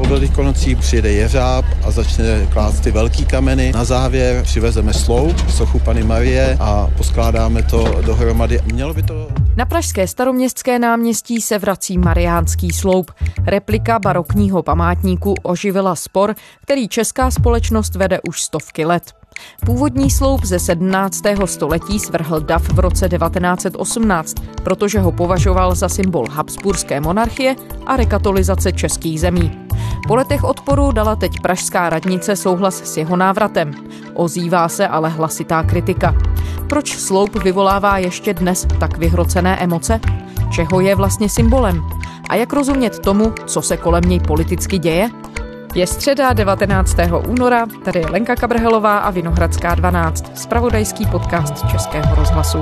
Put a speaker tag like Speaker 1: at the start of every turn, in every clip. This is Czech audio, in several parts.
Speaker 1: Velkých Nocích přijede jeřáb a začne klást ty velký kameny. Na závěr přivezeme sloup, sochu Panny Marie a poskládáme to dohromady. Mělo by to...
Speaker 2: Na pražské Staroměstské náměstí se vrací Mariánský sloup. Replika barokního památníku oživila spor, který česká společnost vede už stovky let. Původní sloup ze 17. století svrhl dav v roce 1918, protože ho považoval za symbol habsburské monarchie a rekatolizace českých zemí. Po letech odporu dala teď pražská radnice souhlas s jeho návratem. Ozývá se ale hlasitá kritika. Proč sloup vyvolává ještě dnes tak vyhrocené emoce? Čeho je vlastně symbolem? A jak rozumět tomu, co se kolem něj politicky děje? Je středa 19. února, tady je Lenka Kabrhelová a Vinohradská 12, zpravodajský podcast Českého rozhlasu.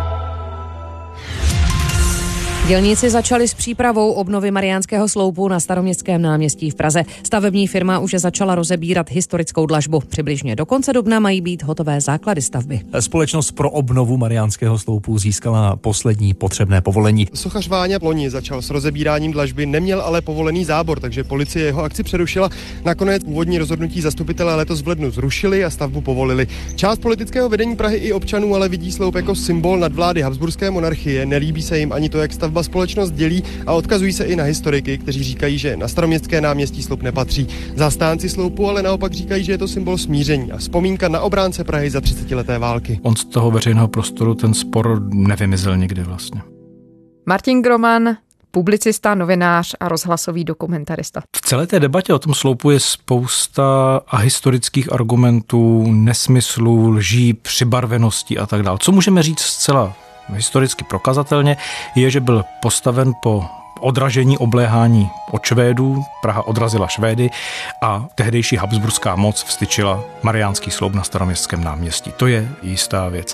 Speaker 3: Dělníci začali s přípravou obnovy Mariánského sloupu na Staroměstském náměstí v Praze. Stavební firma už začala rozebírat historickou dlažbu. Přibližně do konce dubna mají být hotové základy stavby.
Speaker 4: Společnost pro obnovu Mariánského sloupu získala poslední potřebné povolení.
Speaker 5: Sochař Váňa loni začal s rozebíráním dlažby, neměl ale povolený zábor, takže policie jeho akci přerušila. Nakonec původní rozhodnutí zastupitelé letos v lednu zrušili a stavbu povolili. Část politického vedení Prahy i občanů ale vidí sloup jako symbol nadvlády habsburské monarchie. Nelíbí se jim ani to, jak stavba společnost dělí a odkazují se i na historiky, kteří říkají, že na Staroměstské náměstí sloup nepatří. Zastánci sloupu ale naopak říkají, že je to symbol smíření a vzpomínka na obránce Prahy za 30leté války.
Speaker 4: On z toho veřejného prostoru ten spor nevymizel nikdy vlastně.
Speaker 2: Martin Groman, publicista, novinář a rozhlasový dokumentarista.
Speaker 4: V celé té debatě o tom sloupu je spousta ahistorických argumentů, nesmyslů, lží, přibarveností a tak dále. Co můžeme říct zcela historicky prokazatelně, je, že byl postaven po odražení obléhání od Švédů, Praha odrazila Švédy a tehdejší habsburská moc vstyčila Mariánský sloup na Staroměstském náměstí. To je jistá věc.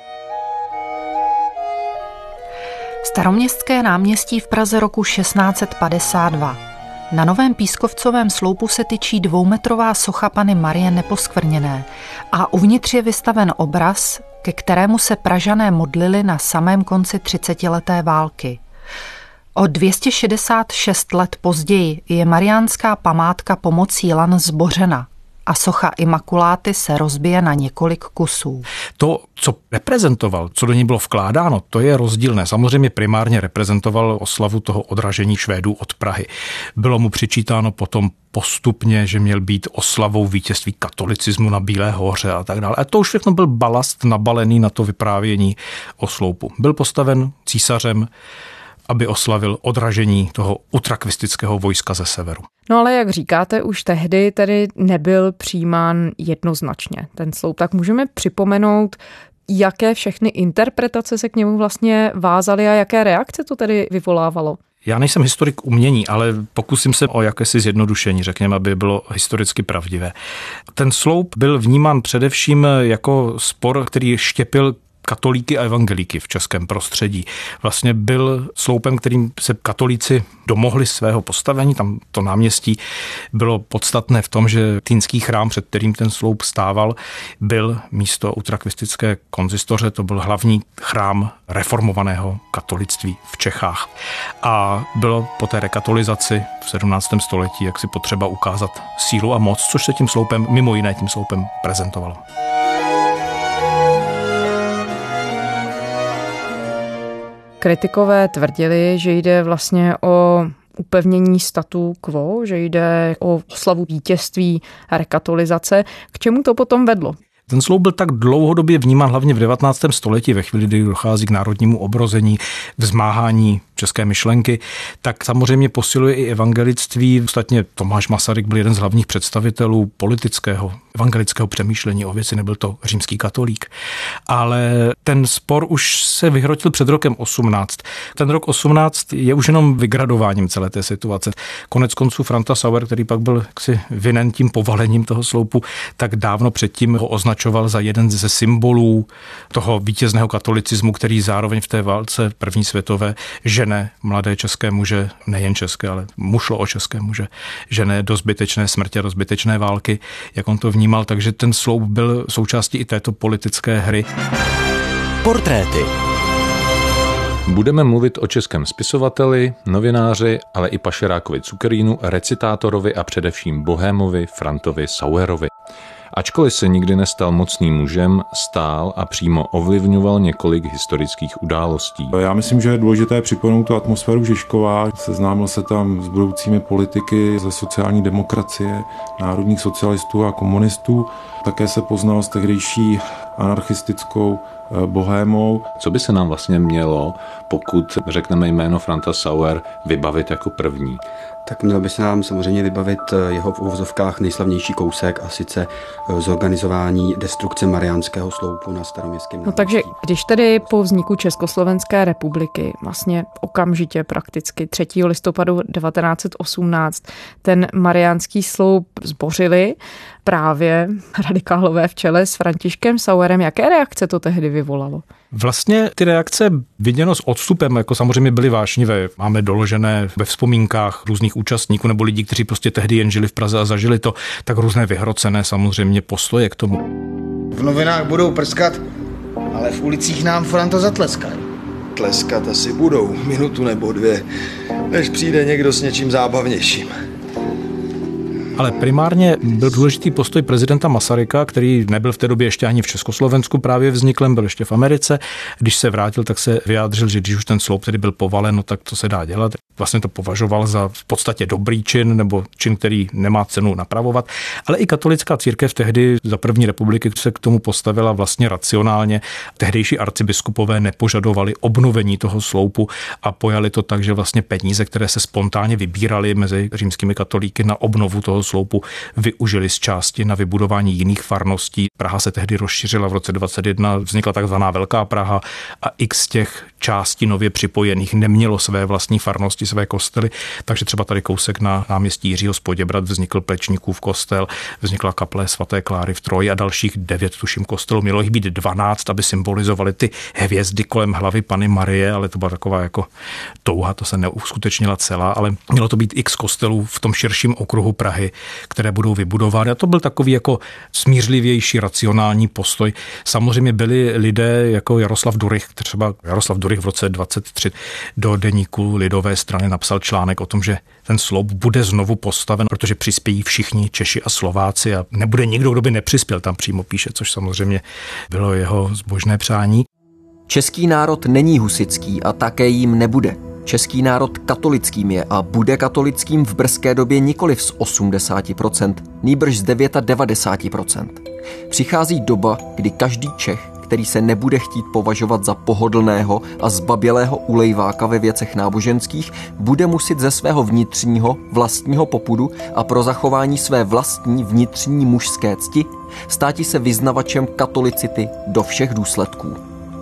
Speaker 6: Staroměstské náměstí v Praze roku 1652. Na novém pískovcovém sloupu se tyčí 2metrová socha Panny Marie Neposkvrněné a uvnitř je vystaven obraz, ke kterému se Pražané modlili na samém konci 30leté války. O 266 let později je mariánská památka pomocí lan zbořena a socha Imakuláty se rozbije na několik kusů.
Speaker 4: To, co reprezentoval, co do ní bylo vkládáno, to je rozdílné. Samozřejmě primárně reprezentoval oslavu toho odražení Švédů od Prahy. Bylo mu přičítáno potom postupně, že měl být oslavou vítězství katolicismu na Bílé hoře a tak dále. A to už všechno byl balast nabalený na to vyprávění o sloupu. Byl postaven císařem, aby oslavil odražení toho utrakvistického vojska ze severu.
Speaker 2: No ale jak říkáte, už tehdy tedy nebyl přijímán jednoznačně ten sloup. Tak můžeme připomenout, jaké všechny interpretace se k němu vlastně vázaly a jaké reakce to tedy vyvolávalo?
Speaker 4: Já nejsem historik umění, ale pokusím se o jakési zjednodušení, řekněme, aby bylo historicky pravdivé. Ten sloup byl vnímán především jako spor, který štěpil katolíky a evangelíky v českém prostředí. Vlastně byl sloupem, kterým se katolíci domohli svého postavení. Tam to náměstí bylo podstatné v tom, že týnský chrám, před kterým ten sloup stával, byl místo utrakvistické konzistoře, to byl hlavní chrám reformovaného katolictví v Čechách. A bylo po té rekatolizaci v 17. století jaksi potřeba ukázat sílu a moc, což se tím sloupem, mimo jiné tím sloupem prezentovalo.
Speaker 2: Kritikové tvrdili, že jde vlastně o upevnění statu quo, že jde o oslavu vítězství a rekatolizace. K čemu to potom vedlo?
Speaker 4: Ten sloup byl tak dlouhodobě vnímán hlavně v 19. století, ve chvíli, kdy dochází k národnímu obrození, vzmáhání české myšlenky, tak samozřejmě posiluje i evangelictví. Ostatně Tomáš Masaryk byl jeden z hlavních představitelů politického, evangelického přemýšlení o věci, nebyl to římský katolík. Ale ten spor už se vyhrotil před rokem 18. Ten rok 18 je už jenom vygradováním celé té situace. Konec konců Franta Sauer, který pak byl jaksi vinen tím povalením toho sloupu, tak dávno předtím ho označoval za jeden ze symbolů toho vítězného katolicismu, který zároveň v té válce první světové žene mladé české muže, nejen české, ale mu šlo o české muže, žene do zbytečné smrti, do zbytečné války, jak on to vnímal, takže ten sloup byl součástí i této politické hry.
Speaker 7: Portréty. Budeme mluvit o českém spisovateli, novináři, ale i pašerákovi cukerínu, recitátorovi a především bohémovi Frantovi Sauerovi. Ačkoliv se nikdy nestal mocným mužem, stál a přímo ovlivňoval několik historických událostí.
Speaker 8: Já myslím, že je důležité připomenout tu atmosféru Žižkova. Seznámil se tam s budoucími politiky ze sociální demokracie, národních socialistů a komunistů. Také se poznal s tehdejší anarchistickou bohémou.
Speaker 7: Co by se nám vlastně mělo, pokud řekneme jméno Franta Sauer, vybavit jako první?
Speaker 9: Tak mělo by se nám samozřejmě vybavit jeho v uvozovkách nejslavnější kousek, a sice zorganizování destrukce Mariánského sloupu na Staroměstském náměstí.
Speaker 2: No takže když tedy po vzniku Československé republiky, vlastně okamžitě prakticky 3. listopadu 1918, ten Mariánský sloup zbořili právě radikálové v čele s Františkem Sauerem, jaké reakce to tehdy vyvolalo?
Speaker 4: Vlastně ty reakce viděno s odstupem, jako samozřejmě byly vášnivé. Máme doložené ve vzpomínkách různých účastníků nebo lidí, kteří prostě tehdy jen žili v Praze a zažili to, tak různé vyhrocené samozřejmě postoje k tomu.
Speaker 10: V novinách budou prskat, ale v ulicích nám Franta zatleskají.
Speaker 11: Tleskat asi budou, minutu nebo dvě, než přijde někdo s něčím zábavnějším.
Speaker 4: Ale primárně byl důležitý postoj prezidenta Masaryka, který nebyl v té době ještě ani v Československu právě vzniklém, byl ještě v Americe. Když se vrátil, tak se vyjádřil, že když už ten sloup tedy byl povalen, no tak to se dá dělat. Vlastně to považoval za v podstatě dobrý čin, nebo čin, který nemá cenu napravovat. Ale i katolická církev tehdy za první republiky se k tomu postavila vlastně racionálně. Tehdejší arcibiskupové nepožadovali obnovení toho sloupu a pojali to tak, že vlastně peníze, které se spontánně vybíraly mezi římskými katolíky na obnovu toho sloupu, využili z části na vybudování jiných farností. Praha se tehdy rozšířila v roce 21, vznikla takzvaná Velká Praha a x těch částí nově připojených nemělo své vlastní farnosti, své kostely, takže třeba tady kousek na náměstí Jiřího z Poděbrad vznikl Plečníkův kostel, vznikla kaple svaté Kláry v Troji a dalších 9 tuším kostelů. Mělo jich být 12, aby symbolizovali ty hvězdy kolem hlavy Panny Marie, ale to byla taková jako touha, to se neuskutečnila celá, ale mělo to být x kostelů v tom širším okruhu Prahy, které budou vybudovány. A to byl takový jako smířlivější, racionální postoj. Samozřejmě byli lidé jako Jaroslav Durych, třeba Jaroslav Durych v roce 23 do deníku Lidové strany napsal článek o tom, že ten sloup bude znovu postaven, protože přispějí všichni Češi a Slováci a nebude nikdo, kdo by nepřispěl, tam přímo píše, což samozřejmě bylo jeho zbožné přání.
Speaker 12: Český národ není husitský a také jím nebude. Český národ katolickým je a bude katolickým v brzké době nikoliv z 80%, nýbrž z 99%. Přichází doba, kdy každý Čech, který se nebude chtít považovat za pohodlného a zbabělého ulejváka ve věcech náboženských, bude muset ze svého vnitřního, vlastního popudu a pro zachování své vlastní vnitřní mužské cti státi se vyznavačem katolicity do všech důsledků.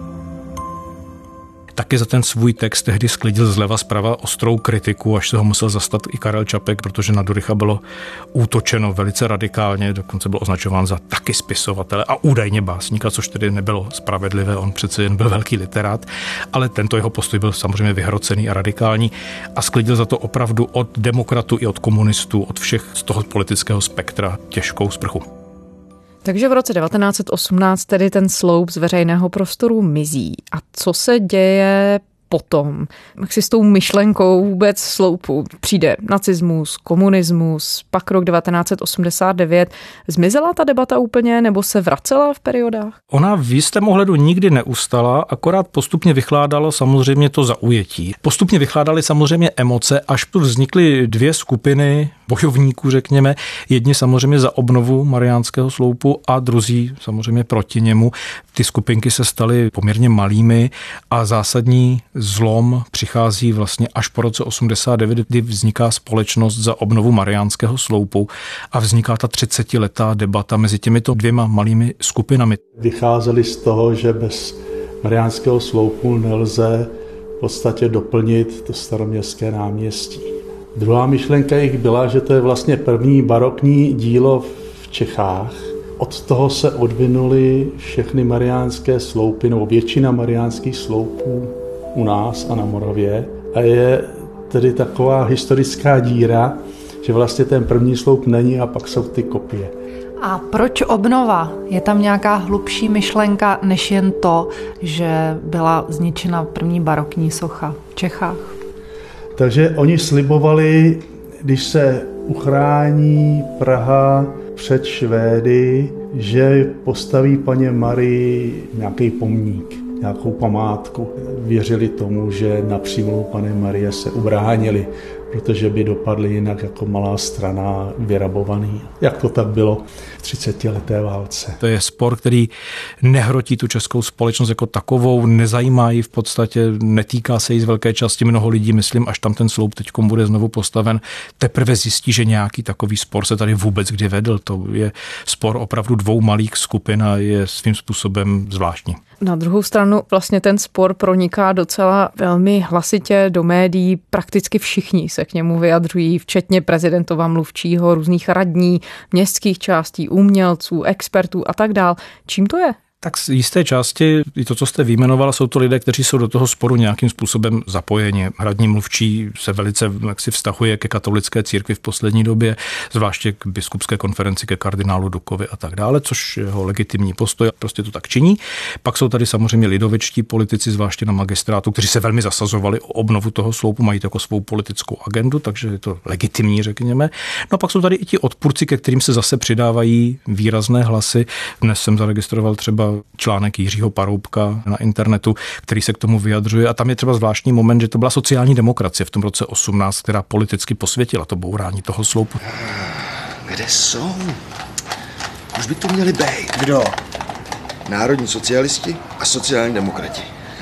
Speaker 4: Taky za ten svůj text tehdy sklidil zleva zprava ostrou kritiku, až se ho musel zastat i Karel Čapek, protože na Durycha bylo útočeno velice radikálně, dokonce byl označován za taky spisovatele a údajně básníka, což tedy nebylo spravedlivé, on přece jen byl velký literát, ale tento jeho postoj byl samozřejmě vyhrocený a radikální a sklidil za to opravdu od demokratů i od komunistů, od všech z toho politického spektra těžkou sprchu.
Speaker 2: Takže v roce 1918 tedy ten sloup z veřejného prostoru mizí. A co se děje potom? Jak si s tou myšlenkou vůbec sloupu přijde nacismus, komunismus, pak rok 1989. Zmizela ta debata úplně nebo se vracela v periodách?
Speaker 4: Ona v jistém ohledu nikdy neustala, akorát postupně vychládalo samozřejmě to zaujetí. Postupně vychládaly samozřejmě emoce, až tu vznikly dvě skupiny bojovníků, řekněme. Jedni samozřejmě za obnovu Mariánského sloupu a druzí samozřejmě proti němu. Ty skupinky se staly poměrně malými a zásadní zlom přichází vlastně až po roce 89, kdy vzniká společnost za obnovu Mariánského sloupu a vzniká ta 30letá debata mezi těmito dvěma malými skupinami.
Speaker 13: Vycházeli z toho, že bez Mariánského sloupu nelze v podstatě doplnit to Staroměstské náměstí. Druhá myšlenka jich byla, že to je vlastně první barokní dílo v Čechách. Od toho se odvinuly všechny mariánské sloupy, nebo většina mariánských sloupů u nás a na Moravě. A je tedy taková historická díra, že vlastně ten první sloup není a pak jsou ty kopie.
Speaker 6: A proč obnova? Je tam nějaká hlubší myšlenka, než jen to, že byla zničena první barokní socha v Čechách?
Speaker 13: Takže oni slibovali, když se uchrání Praha před Švédy, že postaví paně Marii nějaký pomník, nějakou památku. Věřili tomu, že na přímluvu Panny Marie se ubránili, protože by dopadli jinak jako malá strana vyrabovaný, jak to tak bylo v 30leté válce.
Speaker 4: To je spor, který nehrotí tu českou společnost jako takovou, nezajímá ji v podstatě, netýká se jí z velké části. Mnoho lidí, myslím, až tam ten sloup teďkom bude znovu postaven, teprve zjistí, že nějaký takový spor se tady vůbec kdy vedl. To je spor opravdu dvou malých skupin a je svým způsobem zvláštní.
Speaker 2: Na druhou stranu vlastně ten spor proniká docela velmi hlasitě do médií, prakticky všichni se k němu vyjadřují, včetně prezidentova mluvčího, různých radní, městských částí, umělců, expertů a tak dál. Čím to je?
Speaker 4: Tak z jisté části, i to, co jste vyjmenovala, jsou to lidé, kteří jsou do toho sporu nějakým způsobem zapojeni. Hradní mluvčí se velice vztahuje ke katolické církvi v poslední době, zvláště k biskupské konferenci, ke kardinálu Dukovi a tak dále, což je jeho legitimní postoj, prostě to tak činí. Pak jsou tady samozřejmě lidovečtí politici, zvláště na magistrátu, kteří se velmi zasazovali o obnovu toho sloupu, mají to jako svou politickou agendu, takže je to legitimní, řekněme. No a pak jsou tady i ti odpůrci, ke kterým se zase přidávají výrazné hlasy. Dnes jsem zaregistroval třeba článek Jiřího Paroubka na internetu, který se k tomu vyjadřuje. A tam je třeba zvláštní moment, že to byla sociální demokracie v tom roce 18, která politicky posvětila to bourání toho sloupu.
Speaker 11: Kde jsou? Už by to měli být. Kdo? Národní socialisti a sociální demokrati.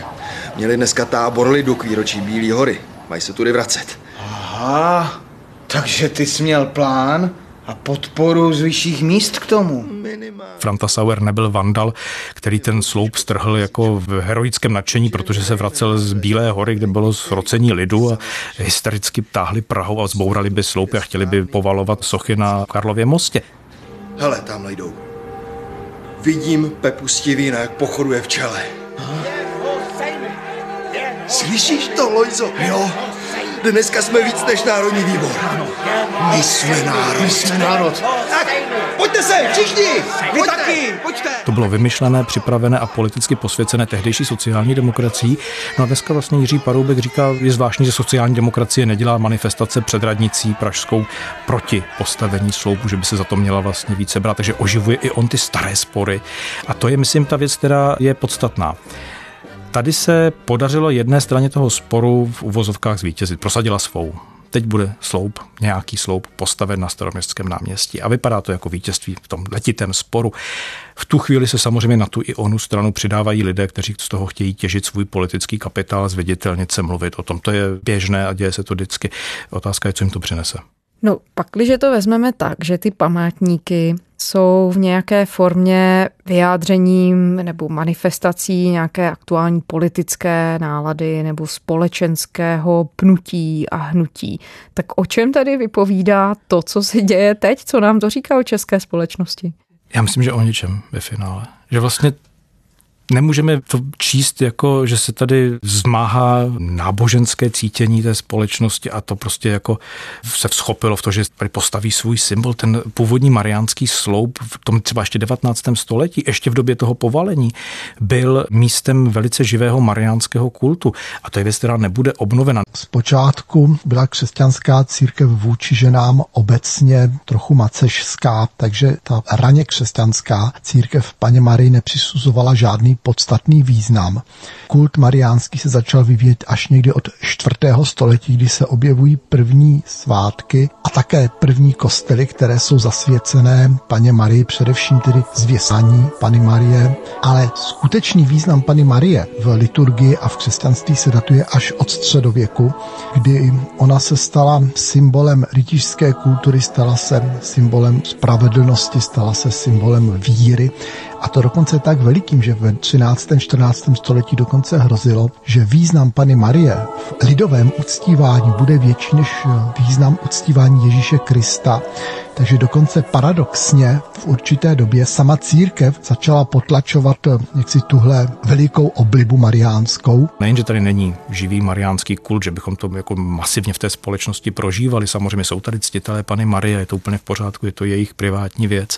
Speaker 11: Měli dneska tábor lidu k výročí Bílý hory. Mají se tudy vracet.
Speaker 10: Aha, takže ty jsi měl plán a podporu z vyšších míst k tomu.
Speaker 4: Franta Sauer nebyl vandal, který ten sloup strhl jako v heroickém nadšení, protože se vracel z Bílé hory, kde bylo zrocení lidu a hystericky táhli Prahou a zbourali by sloupy a chtěli by povalovat sochy na Karlově mostě.
Speaker 11: Hele, tamhle jdou. Vidím Pepu Stivína, jak pochoduje v čele. Slyšíš to, Lojzo? Jo. Dneska jsme víc než národní výbor. My jsme národ.
Speaker 10: My jsme národ.
Speaker 11: Tak, pojďte se, všichni! Vy taky, pojďte!
Speaker 4: To bylo vymyšlené, připravené a politicky posvěcené tehdejší sociální demokracií. No a dneska vlastně Jiří Paroubek říká, je zvláštní, že sociální demokracie nedělá manifestace před radnicí pražskou proti postavení sloupu, že by se za to měla vlastně více brát, takže oživuje i on ty staré spory. A to je, myslím, ta věc, která je podstatná. Tady se podařilo jedné straně toho sporu v uvozovkách zvítězit. Prosadila svou. Teď bude sloup, nějaký sloup postaven na Staroměstském náměstí. A vypadá to jako vítězství v tom letitém sporu. V tu chvíli se samozřejmě na tu i onu stranu přidávají lidé, kteří z toho chtějí těžit svůj politický kapitál, zviditelnit se, mluvit o tom. To je běžné a děje se to vždycky. Otázka je, co jim to přinese.
Speaker 2: No, pakliže to vezmeme tak, že ty památníky jsou v nějaké formě vyjádřením nebo manifestací nějaké aktuální politické nálady nebo společenského pnutí a hnutí, tak o čem tady vypovídá to, co se děje teď, co nám to říká o české společnosti?
Speaker 4: Já myslím, že o ničem ve finále. Že vlastně nemůžeme to číst jako, že se tady zmáhá náboženské cítění té společnosti a to prostě jako se vzchopilo v to, že tady postaví svůj symbol. Ten původní mariánský sloup v tom třeba ještě 19. století, ještě v době toho povalení, byl místem velice živého mariánského kultu a to je věc, která nebude obnovena.
Speaker 14: Zpočátku byla křesťanská církev vůči ženám obecně trochu macešská, takže ta raně křesťanská církev Panně Marii nepřisuzovala žádný podstatný význam. Kult mariánský se začal vyvíjet až někdy od 4. století, kdy se objevují první svátky a také první kostely, které jsou zasvěcené Panně Marii, především tedy zvěsání Panny Marie. Ale skutečný význam Panny Marie v liturgii a v křesťanství se datuje až od středověku, kdy ona se stala symbolem rytířské kultury, stala se symbolem spravedlnosti, stala se symbolem víry a to dokonce tak velikým, že ve 13. 14. století dokonce hrozilo, že význam Panny Marie v lidovém uctívání bude větší než význam uctívání Ježíše Krista. Takže dokonce paradoxně v určité době sama církev začala potlačovat jaksi tuhle velikou oblibu mariánskou.
Speaker 4: Nejenže tady není živý mariánský kult, že bychom to jako masivně v té společnosti prožívali. Samozřejmě jsou tady ctitelé Panny Marie, je to úplně v pořádku, je to jejich privátní věc,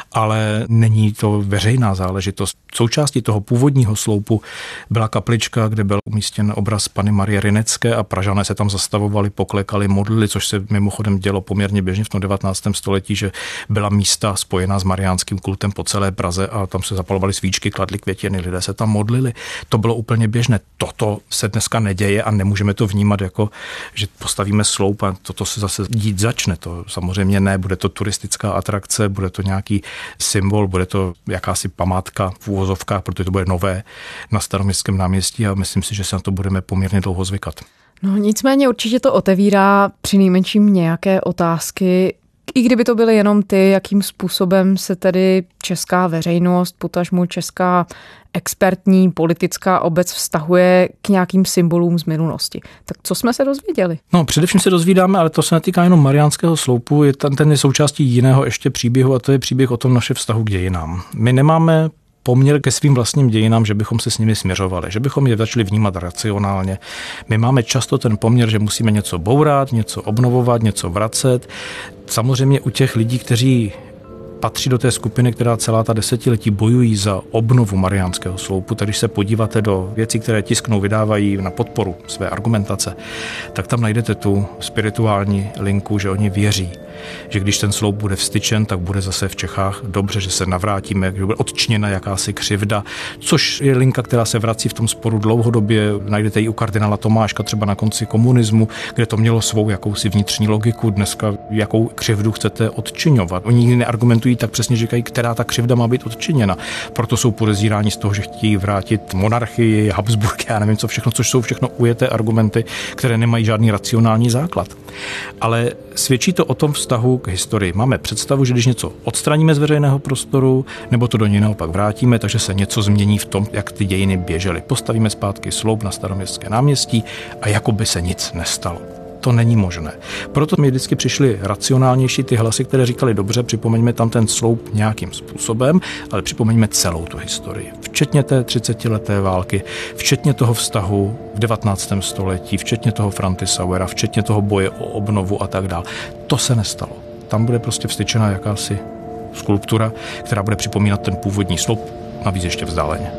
Speaker 4: ale není to veřejná záležitost. Součástí toho původního sloupu byla kaplička, kde byl umístěn obraz Panny Marie Rynecké a Pražané se tam zastavovali, poklekali, modlili, což se mimochodem dělo poměrně běžně v tom 19. století, že byla místa spojená s mariánským kultem po celé Praze a tam se zapalovaly svíčky, kladly květiny, lidé se tam modlili. To bylo úplně běžné. Toto se dneska neděje a nemůžeme to vnímat jako, že postavíme sloup a toto se zase dít začne. To samozřejmě ne, bude to turistická atrakce, bude to nějaký symbol, bude to jakási památka v úvozovkách, protože to bude nové na Staroměstském náměstí a myslím si, že se na to budeme poměrně dlouho zvykat.
Speaker 2: No nicméně určitě to otevírá přinejmenším nějaké otázky, i kdyby to byly jenom ty, jakým způsobem se tedy česká veřejnost, potažmo česká expertní politická obec vztahuje k nějakým symbolům z minulosti. Tak co jsme se dozvěděli?
Speaker 4: No, především se dozvídáme, ale to se netýká jenom mariánského sloupu, ten je součástí jiného ještě příběhu a to je příběh o tom naše vztahu k dějinám. My nemáme poměr ke svým vlastním dějinám, že bychom se s nimi směřovali, že bychom je začali vnímat racionálně. My máme často ten poměr, že musíme něco bourat, něco obnovovat, něco vracet. Samozřejmě u těch lidí, kteří patří do té skupiny, která celá ta desetiletí bojují za obnovu mariánského sloupu. Tak když se podíváte do věcí, které tisknou, vydávají na podporu své argumentace, tak tam najdete tu spirituální linku, že oni věří, že když ten sloup bude vstyčen, tak bude zase v Čechách dobře, že se navrátíme, že bude odčiněna jakási křivda, což je linka, která se vrací v tom sporu dlouhodobě. Najdete ji u kardinála Tomáška třeba na konci komunismu, kde to mělo svou jakousi vnitřní logiku. Dneska jakou křivdu chcete odčiňovat? Oni neargumentují tak přesně, říkají, která ta křivda má být odčiněna. Proto jsou podezíráni z toho, že chtějí vrátit monarchii, Habsburky, já nevím co všechno, což jsou všechno ujeté argumenty, které nemají žádný racionální základ. Ale svědčí to o tom vztahu k historii. Máme představu, že když něco odstraníme z veřejného prostoru, nebo to do něj naopak vrátíme, takže se něco změní v tom, jak ty dějiny běžely. Postavíme zpátky sloup na Staroměstské náměstí a jako by se nic nestalo. To není možné. Proto mi vždycky přišly racionálnější ty hlasy, které říkali, dobře, připomeňme tam ten sloup nějakým způsobem, ale připomeňme celou tu historii. Včetně té 30leté války, včetně toho vztahu v 19. století, včetně toho Franty Sauera, včetně toho boje o obnovu a tak dále. To se nestalo. Tam bude prostě vstyčena jakási skulptura, která bude připomínat ten původní sloup, navíc ještě vzdáleně.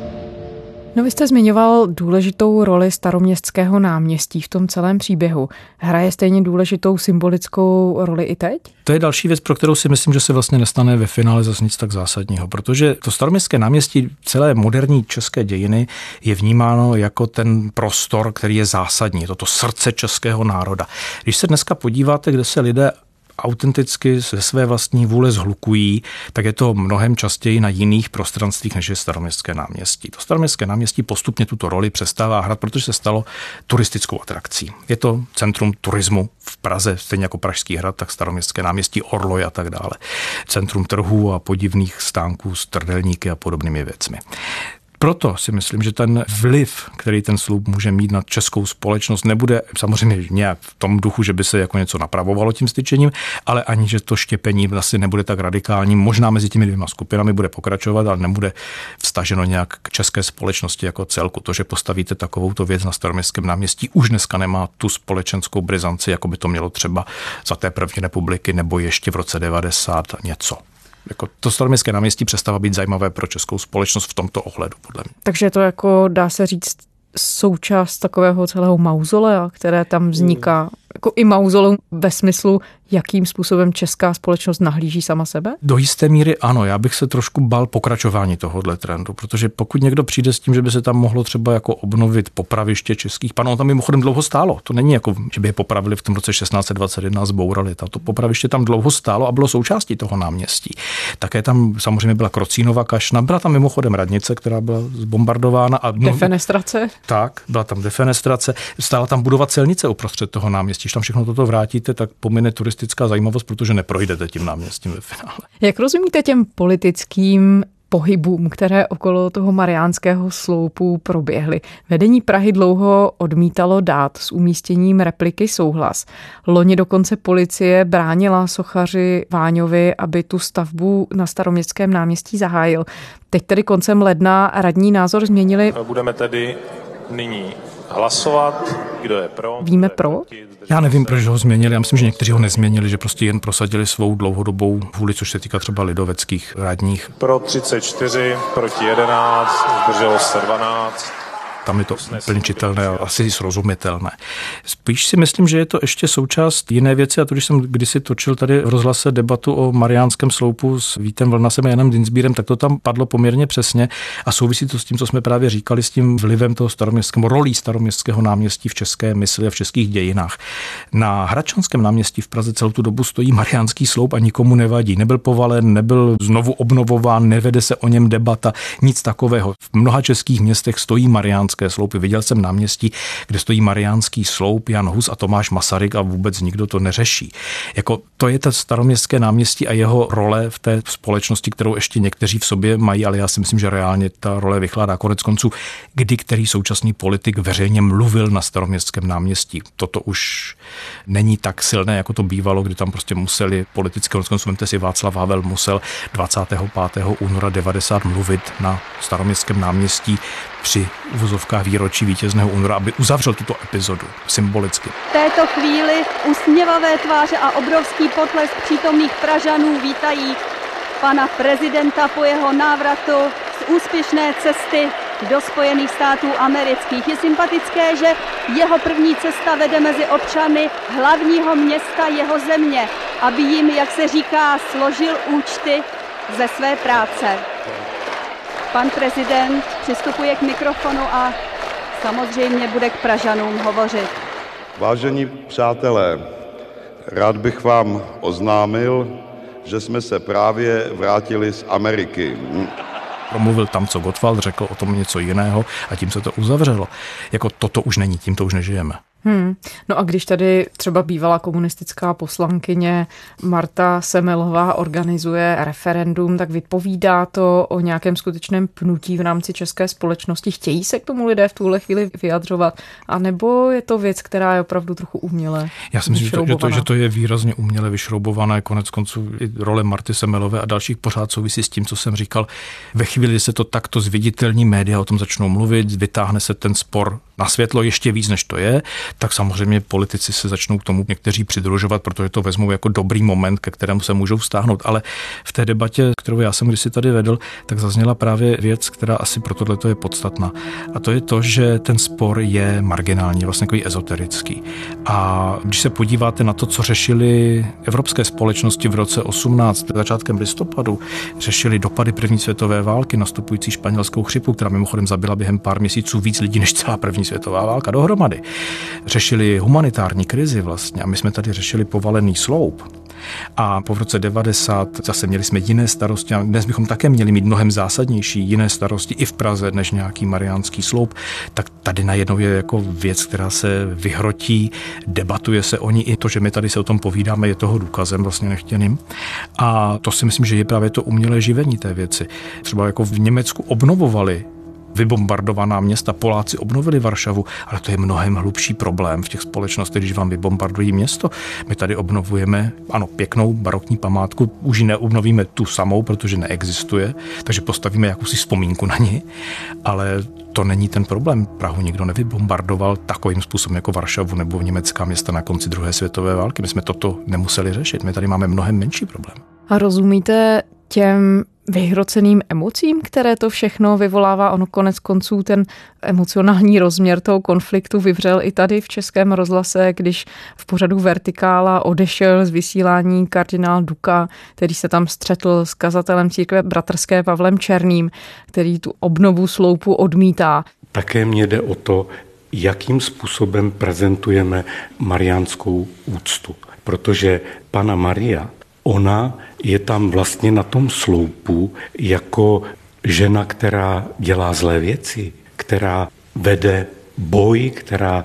Speaker 2: No vy jste zmiňoval důležitou roli Staroměstského náměstí v tom celém příběhu. Hraje stejně důležitou symbolickou roli i teď?
Speaker 4: To je další věc, pro kterou si myslím, že se vlastně nestane ve finále zase nic tak zásadního, protože to Staroměstské náměstí, celé moderní české dějiny je vnímáno jako ten prostor, který je zásadní, je to srdce českého národa. Když se dneska podíváte, kde se lidé autenticky ze své vlastní vůle zhlukují, tak je to mnohem častěji na jiných prostranstvích, než je Staroměstské náměstí. To Staroměstské náměstí postupně tuto roli přestává hrát, protože se stalo turistickou atrakcí. Je to centrum turismu v Praze, stejně jako Pražský hrad, tak Staroměstské náměstí, Orloj a tak dále. Centrum trhů a podivných stánků s trdelníky a podobnými věcmi. Proto si myslím, že ten vliv, který ten sloup může mít na českou společnost, nebude samozřejmě nějak v tom duchu, že by se jako něco napravovalo tím styčením, ale ani, že to štěpení vlastně nebude tak radikální. Možná mezi těmi dvěma skupinami bude pokračovat, ale nebude vztaženo nějak k české společnosti jako celku. To, že postavíte takovouto věc na Staroměstském náměstí, už dneska nemá tu společenskou brizanci, jako by to mělo třeba za té první republiky nebo ještě v roce 90 něco. Jako to Staroměstské náměstí přestává být zajímavé pro českou společnost v tomto ohledu, podle mě.
Speaker 2: Takže to jako dá se říct součást takového celého mauzolea, které tam vzniká, jako i mauzoleum ve smyslu, jakým způsobem česká společnost nahlíží sama sebe?
Speaker 4: Do jisté míry ano, já bych se trošku bál pokračování tohohle trendu, protože pokud někdo přijde s tím, že by se tam mohlo třeba jako obnovit popraviště českých panů, tam mimochodem dlouho stálo. To není jako, že by je popravili v tom roce 1621 a zbourali. To popraviště tam dlouho stálo a bylo součástí toho náměstí. Také tam samozřejmě byla Krocínova kašna, byla tam mimochodem radnice, která byla zbombardována. A
Speaker 2: defenestrace?
Speaker 4: Tak, byla tam defenestrace. Stála tam budova celnice uprostřed toho náměstí. Když tam všechno toto vrátíte, tak pomine turistická zajímavost, protože neprojdete tím náměstím ve finále.
Speaker 2: Jak rozumíte těm politickým pohybům, které okolo toho Mariánského sloupu proběhly. Vedení Prahy dlouho odmítalo dát s umístěním repliky souhlas. Loni dokonce policie bránila sochaři Váňovi, aby tu stavbu na Staroměstském náměstí zahájil. Teď tedy koncem ledna radní názor změnili.
Speaker 15: Budeme tedy nyní hlasovat. Kdo je pro?
Speaker 2: Víme pro?
Speaker 4: Já nevím, proč ho změnili. Já myslím, že někteří ho nezměnili, že prostě jen prosadili svou dlouhodobou vůli, což se týká třeba lidoveckých radních.
Speaker 15: Pro 34, proti 11, zdrželo se 12.
Speaker 4: Tam je to úplně čitelné a asi srozumitelné. Spíš si myslím, že je to ještě součást jiné věci, a to, když jsem kdysi točil tady v rozhlase debatu o Mariánském sloupu s Vítem Vlnasem a Janem Dinsbírem, tak to tam padlo poměrně přesně a souvisí to s tím, co jsme právě říkali, s tím vlivem toho staroměstského, rolí Staroměstského náměstí v české mysli a v českých dějinách. Na Hradčanském náměstí v Praze celou tu dobu stojí Mariánský sloup a nikomu nevadí. Nebyl povalen, nebyl znovu obnovován, nevede se o něm debata, nic takového. V mnoha českých městech stojí Mariánský sloupy. Viděl jsem náměstí, kde stojí Mariánský sloup, Jan Hus a Tomáš Masaryk a vůbec nikdo to neřeší. Jako to je to Staroměstské náměstí a jeho role v té společnosti, kterou ještě někteří v sobě mají, ale já si myslím, že reálně ta role vychládá. Konec konců, kdy který současný politik veřejně mluvil na Staroměstském náměstí. Toto už není tak silné, jako to bývalo, kdy tam prostě museli politicky, konec konců, vemte si, Václav Havel musel 25. února 90 mluvit na Staroměstském náměstí při uvozovkách výročí vítězného února, aby uzavřel tuto epizodu symbolicky.
Speaker 16: V této chvíli usměvavé tváře a obrovský potlesk přítomných Pražanů vítají pana prezidenta po jeho návratu z úspěšné cesty do Spojených států amerických. Je sympatické, že jeho první cesta vede mezi občany hlavního města jeho země, aby jim, jak se říká, složil účty ze své práce. Pan prezident přistupuje k mikrofonu a samozřejmě bude k Pražanům hovořit.
Speaker 17: Vážení přátelé, rád bych vám oznámil, že jsme se právě vrátili z Ameriky.
Speaker 4: Promluvil tam, co Gottwald, řekl o tom něco jiného a tím se to uzavřelo. Jako toto už není, tímto už nežijeme.
Speaker 2: No a když tady třeba bývalá komunistická poslankyně Marta Semelová organizuje referendum, tak vypovídá to o nějakém skutečném pnutí v rámci české společnosti. Chtějí se k tomu lidé v tuhle chvíli vyjadřovat? A nebo je to věc, která je opravdu trochu uměle
Speaker 4: Já si myslím, že to je výrazně uměle vyšroubované. Konec konců i role Marty Semelové a dalších pořád souvisí s tím, co jsem říkal. Ve chvíli, kdy se to takto zviditelní média o tom začnou mluvit, vytáhne se ten spor na světlo ještě víc, než to je, tak samozřejmě politici se začnou k tomu někteří přidružovat, protože to vezmou jako dobrý moment, ke kterému se můžou vztáhnout. Ale v té debatě, kterou já jsem kdysi tady vedl, tak zazněla právě věc, která asi pro tohleto je podstatná. A to je to, že ten spor je marginální, vlastně takový ezoterický. A když se podíváte na to, co řešili evropské společnosti v roce 18, začátkem listopadu, řešili dopady první světové války, nastupující španělskou chřipu, která mimochodem zabila během pár měsíců víc lidí než celá první světová válka dohromady. Řešili humanitární krizi vlastně a my jsme tady řešili povalený sloup. A po roce 90 zase měli jsme jiné starosti a dnes bychom také měli mít mnohem zásadnější jiné starosti i v Praze než nějaký Mariánský sloup. Tak tady najednou je jako věc, která se vyhrotí, debatuje se o ní, i to, že my tady se o tom povídáme, je toho důkazem vlastně nechtěným. A to si myslím, že je právě to umělé živení té věci. Třeba jako v Německu obnovovali vybombardovaná města, Poláci obnovili Varšavu, ale to je mnohem hlubší problém v těch společnostech, když vám vybombardují město. My tady obnovujeme, ano, pěknou barokní památku, už ji neobnovíme tu samou, protože neexistuje, takže postavíme jakousi vzpomínku na ní, ale to není ten problém. Prahu nikdo nevybombardoval takovým způsobem jako Varšavu nebo německá města na konci druhé světové války. My jsme toto nemuseli řešit. My tady máme mnohem menší problém.
Speaker 2: A rozumíte těm vyhroceným emocím, které to všechno vyvolává? Ono konec konců ten emocionální rozměr toho konfliktu vyvřel i tady v Českém rozhlase, když v pořadu Vertikála odešel z vysílání kardinál Duka, který se tam střetl s kazatelem církve bratrské Pavlem Černým, který tu obnovu sloupu odmítá.
Speaker 18: Také mně jde o to, jakým způsobem prezentujeme mariánskou úctu, protože Panna Maria, ona je tam vlastně na tom sloupu jako žena, která dělá zlé věci, která vede boj, která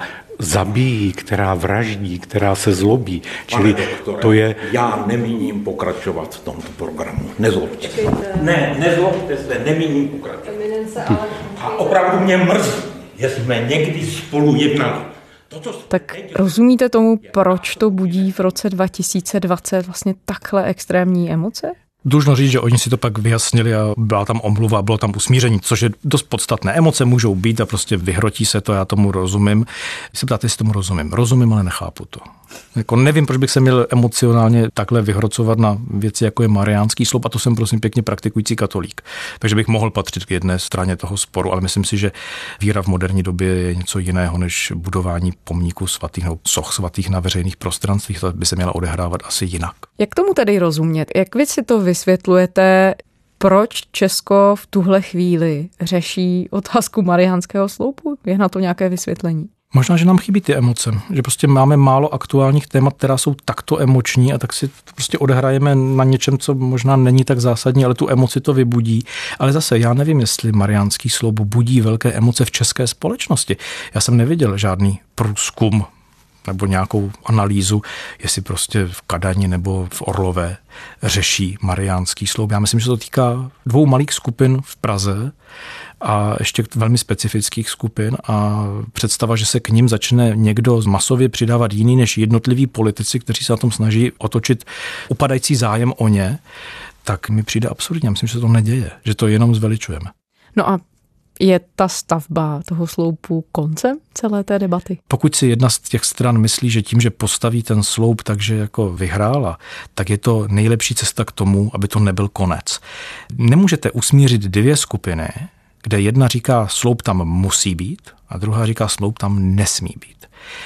Speaker 18: zabíjí, která vraždí, která se zlobí. Čili
Speaker 19: doktore,
Speaker 18: to je...
Speaker 19: Já nemíním pokračovat v tomto programu. Nezlobte se. Ne, nezlobte se, nemíním pokračovat. A opravdu mě mrzí, že jsme někdy spolu jednali.
Speaker 2: Tak rozumíte tomu, proč to budí v roce 2020 vlastně takhle extrémní emoce?
Speaker 4: Dlužno říct, že oni si to pak vyjasnili a byla tam omluva, bylo tam usmíření, což je dost podstatné. Emoce můžou být a prostě vyhrotí se to, já tomu rozumím. Když se ptáte, jestli tomu rozumím. Rozumím, ale nechápu to. Jako nevím, proč bych se měl emocionálně takhle vyhrocovat na věci, jako je Mariánský sloup, a to jsem prosím pěkně praktikující katolík. Takže bych mohl patřit k jedné straně toho sporu, ale myslím si, že víra v moderní době je něco jiného než budování pomníků svatých nebo soch svatých na veřejných prostranstvích. To by se měla odehrávat asi jinak.
Speaker 2: Jak tomu tedy rozumět? Jak vy si to vysvětlujete, proč Česko v tuhle chvíli řeší otázku Mariánského sloupu? Je na to nějaké vysvětlení?
Speaker 4: Možná, že nám chybí ty emoce, že prostě máme málo aktuálních témat, která jsou takto emoční a tak si prostě odehrajeme na něčem, co možná není tak zásadní, ale tu emoci to vybudí. Ale zase já nevím, jestli Mariánský sloup budí velké emoce v české společnosti. Já jsem neviděl žádný průzkum nebo nějakou analýzu, jestli prostě v Kadani nebo v Orlové řeší Mariánský sloup. Já myslím, že to týká 2 malých skupin v Praze a ještě velmi specifických skupin a představa, že se k nim začne někdo masově přidávat jiný než jednotliví politici, kteří se na tom snaží otočit upadající zájem o ně, tak mi přijde absurdně. Myslím, že se to neděje, že to jenom zveličujeme.
Speaker 2: No a je ta stavba toho sloupu koncem celé té debaty?
Speaker 4: Pokud si jedna z těch stran myslí, že tím, že postaví ten sloup, takže jako vyhrála, tak je to nejlepší cesta k tomu, aby to nebyl konec. Nemůžete usmířit 2 skupiny, kde jedna říká, sloup tam musí být a druhá říká, sloup tam nesmí být.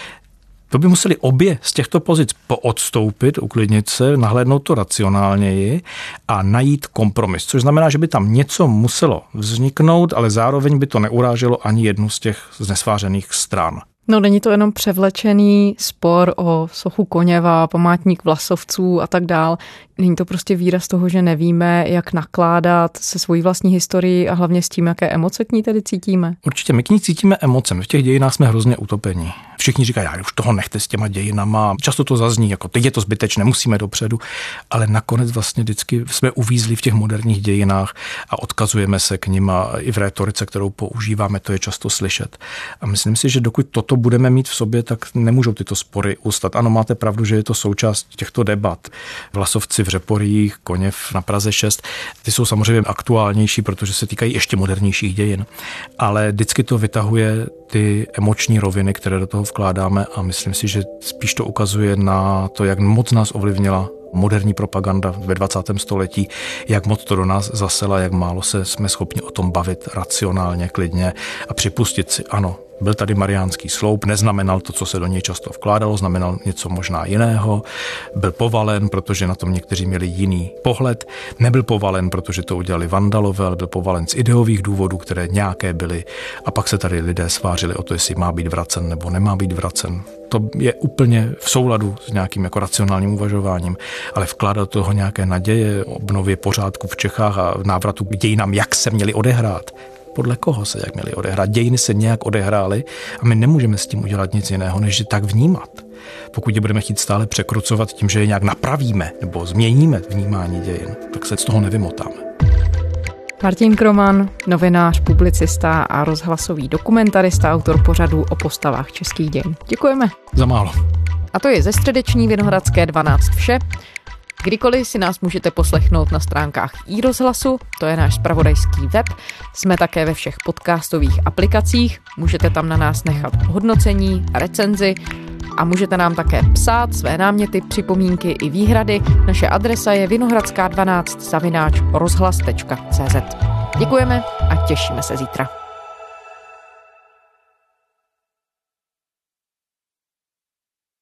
Speaker 4: To by museli obě z těchto pozic poodstoupit, uklidnit se, nahlédnout to racionálněji a najít kompromis. Což znamená, že by tam něco muselo vzniknout, ale zároveň by to neuráželo ani jednu z těch znesvářených stran.
Speaker 2: No, není to jenom převlečený spor o sochu Koněva, památník Vlasovců a tak dál. Není to prostě výraz toho, že nevíme, jak nakládat se svojí vlastní historií a hlavně s tím, jaké emoce k ní tedy cítíme?
Speaker 4: Určitě, my k ní cítíme emoce. My v těch dějinách jsme hrozně utopení. Všichni říkají, já už toho nechte s těma dějinama. Často to zazní, jako teď je to zbytečné, musíme dopředu. Ale nakonec vlastně vždycky jsme uvízli v těch moderních dějinách a odkazujeme se k nim a i v rétorice, kterou používáme, to je často slyšet. A myslím si, že dokud toto budeme mít v sobě, tak nemůžou tyto spory ustat. Ano, máte pravdu, že je to součást těchto debat. Vlasovci v Řeporích, Koněv na Praze 6, ty jsou samozřejmě aktuálnější, protože se týkají ještě modernějších dějin. Ale vždycky to vytahuje ty emoční roviny, které do toho vkládáme a myslím si, že spíš to ukazuje na to, jak moc nás ovlivnila moderní propaganda ve 20. století, jak moc to do nás zasela, jak málo se jsme schopni o tom bavit racionálně, klidně a připustit si, ano, byl tady Mariánský sloup, neznamenal to, co se do něj často vkládalo, znamenal něco možná jiného, byl povalen, protože na tom někteří měli jiný pohled, nebyl povalen, protože to udělali vandalové, ale byl povalen z ideových důvodů, které nějaké byly a pak se tady lidé svářili o to, jestli má být vracen nebo nemá být vracen. To je úplně v souladu s nějakým jako racionálním uvažováním, ale vkládat do toho nějaké naděje, obnově pořádku v Čechách a návratu k dějinám, jak se měli odehrát. Podle koho se jak měli odehrát? Dějiny se nějak odehrály a my nemůžeme s tím udělat nic jiného, než je tak vnímat. Pokud je budeme chtít stále překrucovat tím, že je nějak napravíme nebo změníme vnímání dějin, tak se z toho nevymotáme.
Speaker 2: Martin Kroman, novinář, publicista a rozhlasový dokumentarista, autor pořadů o postavách českých dějin. Děkujeme.
Speaker 4: Za málo.
Speaker 2: A to je ze středeční Vinohradské 12 vše. Kdykoliv si nás můžete poslechnout na stránkách iRozhlasu, to je náš zpravodajský web. Jsme také ve všech podcastových aplikacích, můžete tam na nás nechat hodnocení a recenzi a můžete nám také psát své náměty, připomínky i výhrady. Naše adresa je vinohradská12@rozhlas.cz. Děkujeme a těšíme se zítra.